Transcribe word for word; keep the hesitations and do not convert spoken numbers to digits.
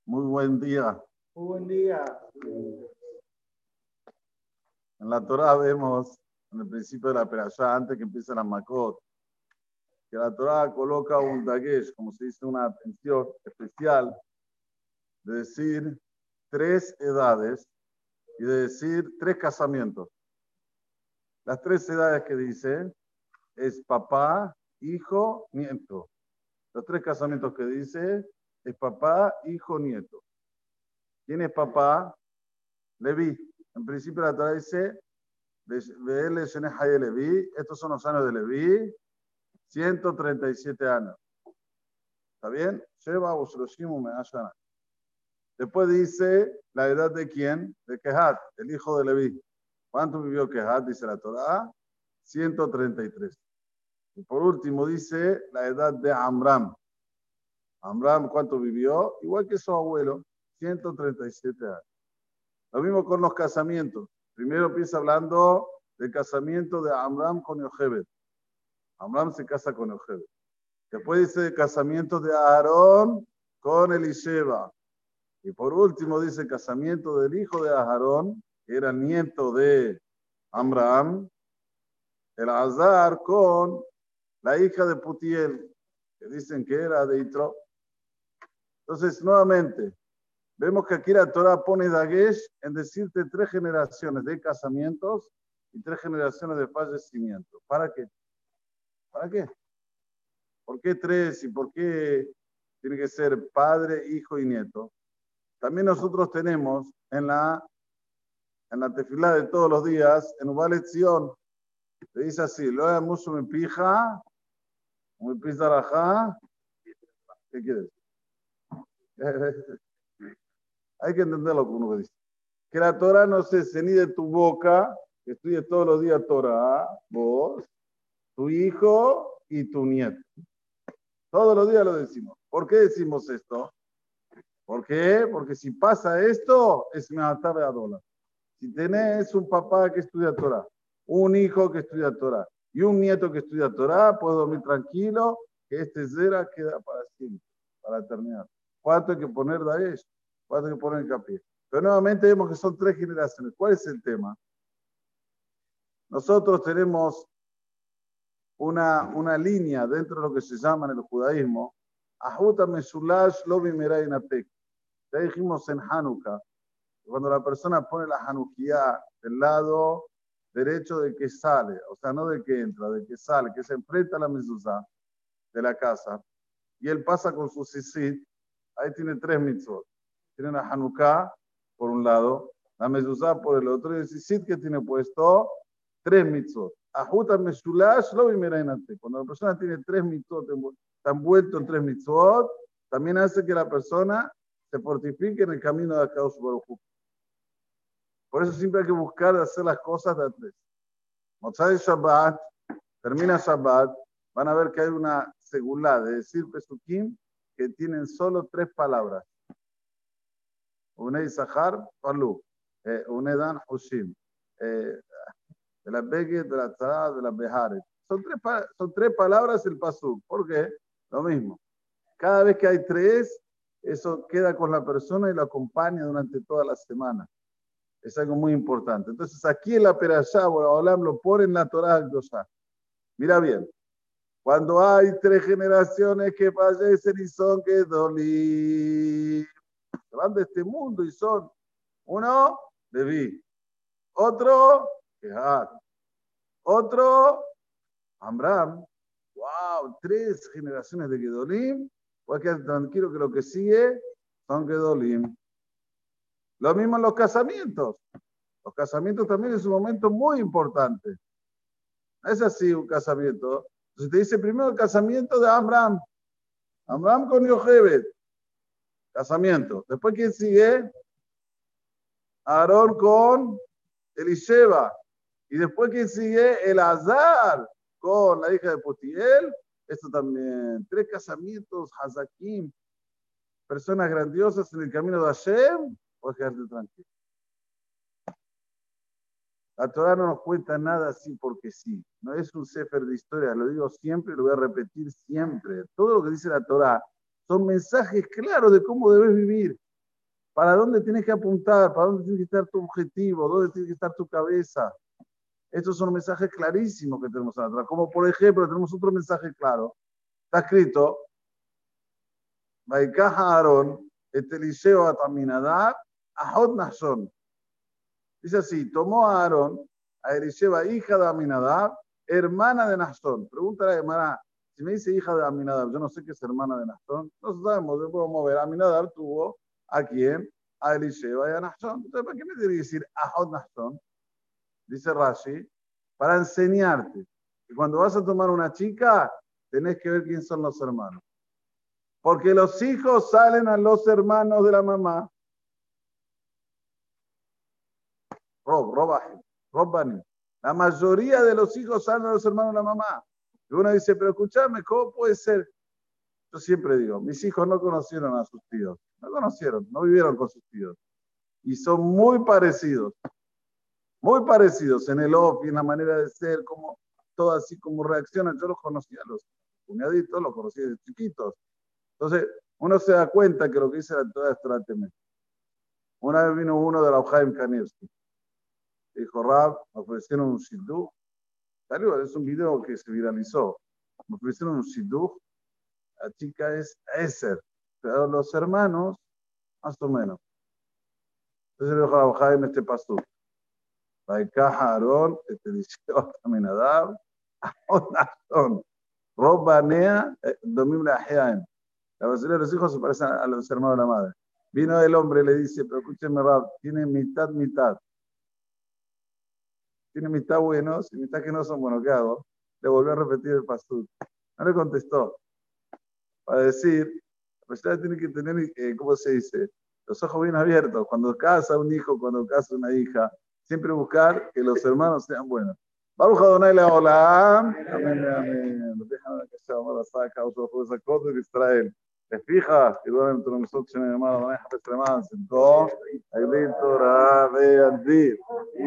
Muy buen día. Muy buen día. En la Torah vemos, en el principio de la perashá, antes que empiece la Makot, que la Torah coloca un dagesh, como se dice, una atención especial de decir tres edades y de decir tres casamientos. Las tres edades que dice es papá, hijo, nieto. Los tres casamientos que dice es papá, hijo, nieto. ¿Quién es papá? Leví. En principio la Torah dice, Leví. Estos son los años de Leví, ciento treinta y siete años. ¿Está bien? Sheva o Shloshim Me'ashana. Después dice la edad de quién? De Kehat, el hijo de Leví. ¿Cuánto vivió Kehat? Dice la Torah, ciento treinta y tres. Y por último dice la edad de Amram. Amram, ¿cuánto vivió? Igual que su abuelo, ciento treinta y siete años. Lo mismo con los casamientos. Primero empieza hablando del casamiento de Amram con Yochebed. Amram se casa con Yochebed. Después dice el casamiento de Aarón con Elisheba. Y por último dice el casamiento del hijo de Aarón, que era nieto de Amram, el Azar con la hija de Putiel, que dicen que era de Itro. Entonces, nuevamente, vemos que aquí la Torah pone dagesh en decirte tres generaciones de casamientos y tres generaciones de fallecimientos. ¿Para qué? ¿Para qué? ¿Por qué tres y por qué tiene que ser padre, hijo y nieto? También nosotros tenemos en la, en la tefilá de todos los días, en Ubal Etzion, le dice así, lo he mucho me pija, me pizarajá. ¿Qué quiere decir? Hay que entender lo que uno dice. Que la Torah no cese ni de tu boca, que estudie todos los días Torah, vos, tu hijo y tu nieto. Todos los días lo decimos. ¿Por qué decimos esto? ¿Por qué? Porque si pasa esto, es me'atabe adola. Si tenés un papá que estudia Torah, un hijo que estudia Torah y un nieto que estudia Torah, puedes dormir tranquilo, que este zera queda para siempre, para terminar. ¿Cuánto hay que poner de eso? ¿Cuánto hay que poner hincapié? Pero nuevamente vemos que son tres generaciones. ¿Cuál es el tema? Nosotros tenemos una, una línea dentro de lo que se llama en el judaísmo, Ahuta Mesulash Lobi Meray Natek. Ya dijimos en Hanukkah, cuando la persona pone la Hanukkah del lado derecho de que sale, o sea, no de que entra, de que sale, que se enfrenta a la mezuzá de la casa, y él pasa con su sisit, ahí tiene tres mitzvot. Tiene la Hanukkah por un lado, la mezuzá por el otro, y el sisit que tiene puesto tres mitzvot. Ajuta mesulash lo bimerainate. Cuando la persona tiene tres mitzvot, está envuelto en tres mitzvot, también hace que la persona se fortifique en el camino de Akadosh Baruj Hu. Por eso siempre hay que buscar hacer las cosas de a tres. Motzai Shabbat, termina Shabbat, van a ver que hay una segulá de decir Pesukim que tienen solo tres palabras. Unei Sahar, Palu. Unedan, Hushim. De la Beged, de la Tzara, de la Beharet. Son tres, son tres palabras el Pasuk. ¿Por qué? Lo mismo. Cada vez que hay tres, eso queda con la persona y lo acompaña durante toda la semana. Es algo muy importante. Entonces, aquí en la Perashá, Boraholam lo pone en la Torah Akdoshá. Mira bien. Cuando hay tres generaciones que fallecen y son que dolí, se van de este mundo y son uno, Leví, otro, Kehat, otro, Amram. Wow, tres generaciones de Gedolim. Voy a quedar tranquilo que lo que sigue son Gedolim. Lo mismo en los casamientos. Los casamientos también es un momento muy importante. No es así un casamiento. Entonces te dice primero el casamiento de Amram. Amram con Yochebed. Casamiento. Después, ¿quién sigue? Aarón con Elisheba. Y después, ¿quién sigue? El Azar con la hija de Potiel. Esto también. Tres casamientos, Hazakim. Personas grandiosas en el camino de Hashem. Puedes quedarte tranquilo. La Torah no nos cuenta nada así porque sí. No es un sefer de historia. Lo digo siempre y lo voy a repetir siempre. Todo lo que dice la Torah son mensajes claros de cómo debes vivir. ¿Para dónde tienes que apuntar? ¿Para dónde tiene que estar tu objetivo? ¿Dónde tiene que estar tu cabeza? Estos son mensajes clarísimos que tenemos atrás. Como por ejemplo, tenemos otro mensaje claro. Está escrito, Vaikaja Aarón, et Eliseo a Aminadab, Ahod Nashon. Dice así, tomó a Aarón, a Eliseo, hija de Aminadab, hermana de Nashon. Pregúntale a la hermana, si me dice hija de Aminadab, yo no sé qué es hermana de Nashon. No sabemos, después vamos a ver. Aminadab tuvo a quién, a Eliseo y a Nashon. Entonces, ¿para qué me tiene que decir Ahod Nashon? Dice Rashi, para enseñarte que cuando vas a tomar una chica, tenés que ver quién son los hermanos. Porque los hijos salen a los hermanos de la mamá. Rob, Rob, Rob Bani. La mayoría de los hijos salen a los hermanos de la mamá. Y uno dice, pero escúchame, ¿cómo puede ser? Yo siempre digo, mis hijos no conocieron a sus tíos. No conocieron, no vivieron con sus tíos. Y son muy parecidos. Muy parecidos en el off y en la manera de ser, como todo así como reaccionan. Yo los conocía, los cuñaditos, los conocí desde chiquitos. Entonces, uno se da cuenta que lo que dice la Torah es tráteme. Una vez vino uno de la Chaim Kanievski. Dijo, Rab, me ofrecieron un shidduch. Salió, es un video que se viralizó. Me ofrecieron un shidduch. La chica es Eser. Pero los hermanos, más o menos. Entonces le dijo a la Chaim este pastor. Vaikaja Aarón, este Eliseo Aminadab, Ahod Nashon, Rob Banea, Domim Lajeaen. La mayoría de los hijos se parecen a los hermanos de la madre. Vino el hombre y le dice, pero escúcheme, Rab, tiene mitad, mitad. Tiene mitad buenos y mitad que no son buenos. ¿Qué hago? Le volvió a repetir el pastor. No le contestó. Para decir, la persona tiene que tener, eh, ¿cómo se dice? Los ojos bien abiertos. Cuando casa un hijo, cuando casa una hija, siempre buscar que los hermanos sean buenos. Baruch Adonai Leolam. Amén, amén. Déjame que sea una saca causa de esa cosa de Israel. ¿Te fijas? Que duermen entre nosotros en el hermano Adonai Hafez Remán, sentó, ahí listo, Rabbe Andir.